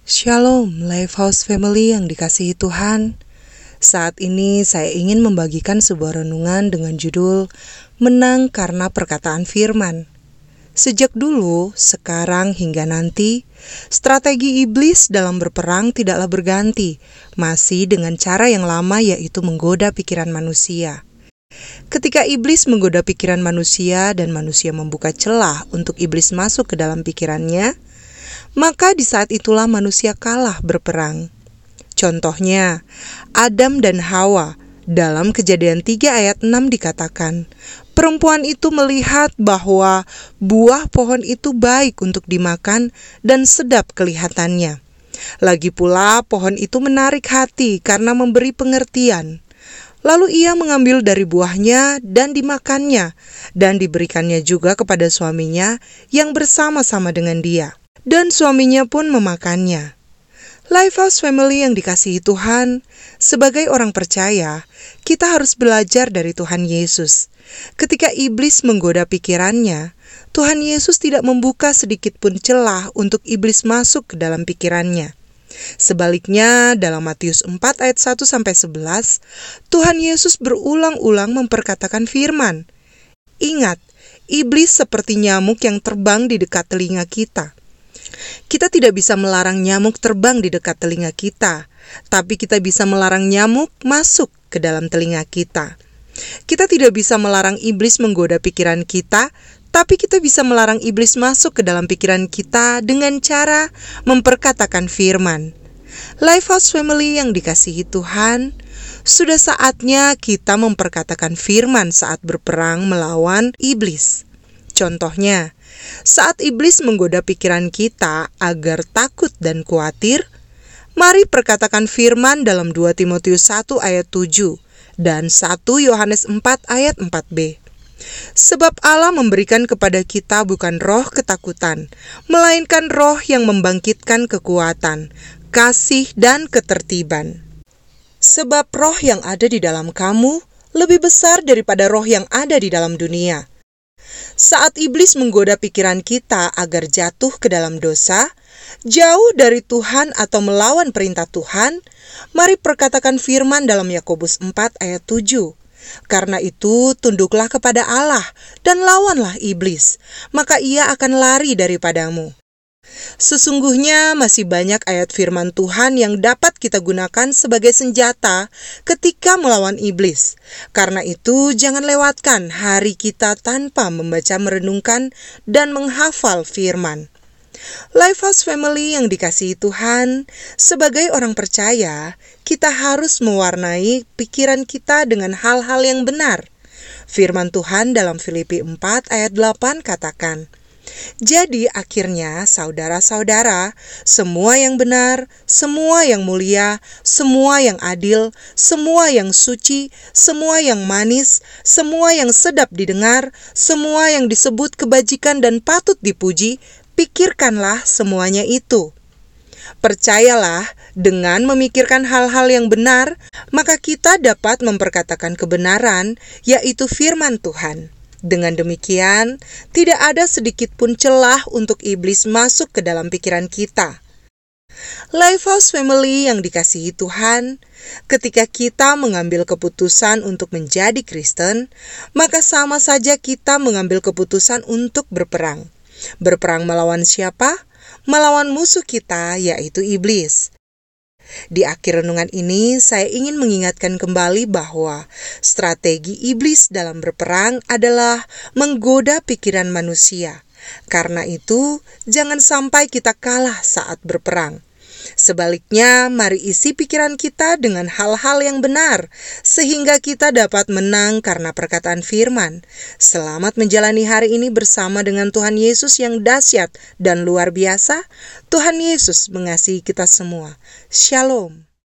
Shalom, Lifehouse Family yang dikasihi Tuhan. Saat ini saya ingin membagikan sebuah renungan dengan judul Menang karena Perkataan Firman. Sejak dulu, sekarang hingga nanti, strategi iblis dalam berperang tidaklah berganti, masih dengan cara yang lama, yaitu menggoda pikiran manusia. Ketika iblis menggoda pikiran manusia dan manusia membuka celah untuk iblis masuk ke dalam pikirannya, maka di saat itulah manusia kalah berperang. Contohnya, Adam dan Hawa. Dalam Kejadian 3 ayat 6 dikatakan, perempuan itu melihat bahwa buah pohon itu baik untuk dimakan dan sedap kelihatannya. Lagi pula pohon itu menarik hati karena memberi pengertian. Lalu ia mengambil dari buahnya dan dimakannya, dan diberikannya juga kepada suaminya yang bersama-sama dengan dia. Dan suaminya pun memakannya. Lifehouse Family yang dikasihi Tuhan, sebagai orang percaya, kita harus belajar dari Tuhan Yesus. Ketika iblis menggoda pikirannya, Tuhan Yesus tidak membuka sedikit pun celah untuk iblis masuk ke dalam pikirannya. Sebaliknya, dalam Matius 4 ayat 1-11, Tuhan Yesus berulang-ulang memperkatakan firman. Ingat, iblis seperti nyamuk yang terbang di dekat telinga kita. Kita tidak bisa melarang nyamuk terbang di dekat telinga kita, tapi kita bisa melarang nyamuk masuk ke dalam telinga kita. Kita tidak bisa melarang iblis menggoda pikiran kita, tapi kita bisa melarang iblis masuk ke dalam pikiran kita dengan cara memperkatakan firman. Lifehouse Family yang dikasihi Tuhan, sudah saatnya kita memperkatakan firman saat berperang melawan iblis. Contohnya, saat iblis menggoda pikiran kita agar takut dan khawatir, mari perkatakan firman dalam 2 Timotius 1 ayat 7 dan 1 Yohanes 4 ayat 4b. Sebab Allah memberikan kepada kita bukan roh ketakutan, melainkan roh yang membangkitkan kekuatan, kasih dan ketertiban. Sebab roh yang ada di dalam kamu lebih besar daripada roh yang ada di dalam dunia. Saat iblis menggoda pikiran kita agar jatuh ke dalam dosa, jauh dari Tuhan atau melawan perintah Tuhan, mari perkatakan firman dalam Yakobus 4 ayat 7. Karena itu tunduklah kepada Allah dan lawanlah iblis, maka ia akan lari daripadamu. Sesungguhnya masih banyak ayat firman Tuhan yang dapat kita gunakan sebagai senjata ketika melawan iblis. Karena itu jangan lewatkan hari kita tanpa membaca, merenungkan, dan menghafal firman. Lifehouse Family yang dikasihi Tuhan, sebagai orang percaya, kita harus mewarnai pikiran kita dengan hal-hal yang benar. Firman Tuhan dalam Filipi 4 ayat 8 katakan, jadi akhirnya saudara-saudara, semua yang benar, semua yang mulia, semua yang adil, semua yang suci, semua yang manis, semua yang sedap didengar, semua yang disebut kebajikan dan patut dipuji, pikirkanlah semuanya itu. Percayalah, dengan memikirkan hal-hal yang benar, maka kita dapat memperkatakan kebenaran, yaitu firman Tuhan. Dengan demikian, tidak ada sedikit pun celah untuk iblis masuk ke dalam pikiran kita. Lifehouse Family yang dikasihi Tuhan, ketika kita mengambil keputusan untuk menjadi Kristen, maka sama saja kita mengambil keputusan untuk berperang. Berperang melawan siapa? Melawan musuh kita, yaitu iblis. Di akhir renungan ini, saya ingin mengingatkan kembali bahwa strategi iblis dalam berperang adalah menggoda pikiran manusia. Karena itu, jangan sampai kita kalah saat berperang. Sebaliknya, mari isi pikiran kita dengan hal-hal yang benar, sehingga kita dapat menang karena perkataan firman. Selamat menjalani hari ini bersama dengan Tuhan Yesus yang dahsyat dan luar biasa. Tuhan Yesus mengasihi kita semua. Shalom.